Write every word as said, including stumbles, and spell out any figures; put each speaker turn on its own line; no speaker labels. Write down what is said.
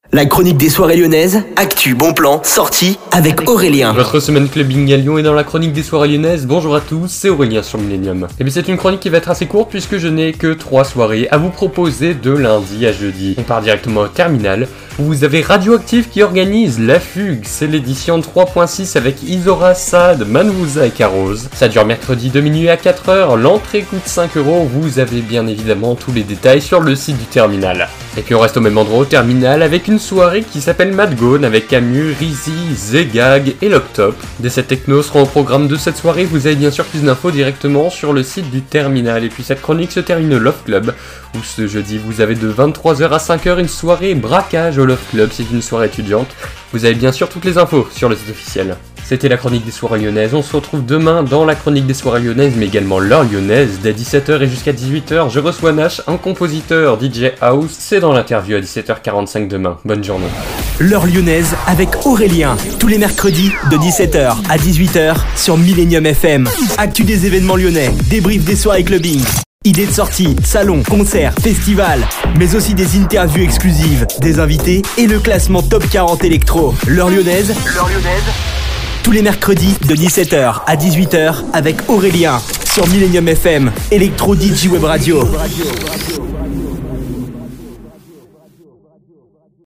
La chronique des soirées lyonnaises, actu, bon plan, sortie avec Aurélien.
Votre semaine clubbing à Lyon est dans la chronique des soirées lyonnaises. Bonjour à tous, c'est Aurélien sur Millennium. Et bien c'est une chronique qui va être assez courte puisque je n'ai que trois soirées à vous proposer de lundi à jeudi. On part directement au terminal où vous avez Radioactive qui organise La Fugue. C'est l'édition trois point six avec Isora, Saad, Manouza et Carose. Ça dure mercredi de minuit à quatre heures. L'entrée coûte cinq euros. Vous avez bien évidemment tous les détails sur le site du terminal. Et puis on reste au même endroit au terminal avec une soirée qui s'appelle Mad Gone avec Camus, Rizzy, Zegag et Locktop. Des sets techno seront au programme de cette soirée. Vous avez bien sûr plus d'infos directement sur le site du terminal. Et puis cette chronique se termine au Love Club où ce jeudi vous avez de vingt-trois heures à cinq heures une soirée braquage au Love Club. C'est une soirée étudiante. Vous avez bien sûr toutes les infos sur le site officiel. C'était la chronique des soirées lyonnaises. On se retrouve demain dans la chronique des soirées lyonnaises, mais également l'heure lyonnaise. Dès dix-sept heures et jusqu'à dix-huit heures, je reçois Nash, un compositeur D J House. C'est dans l'interview à dix-sept heures quarante-cinq demain. Bonne journée.
L'heure lyonnaise avec Aurélien. Tous les mercredis de dix-sept heures à dix-huit heures sur Millennium F M. Actu des événements lyonnais, débrief des soirées clubbing. Idées de sortie, salons, concerts, festivals, mais aussi des interviews exclusives, des invités et le classement top quarante électro. L'heure lyonnaise, l'heure lyonnaise, tous les mercredis de dix-sept heures à dix-huit heures avec Aurélien sur Millennium F M, Electro D J Web Radio.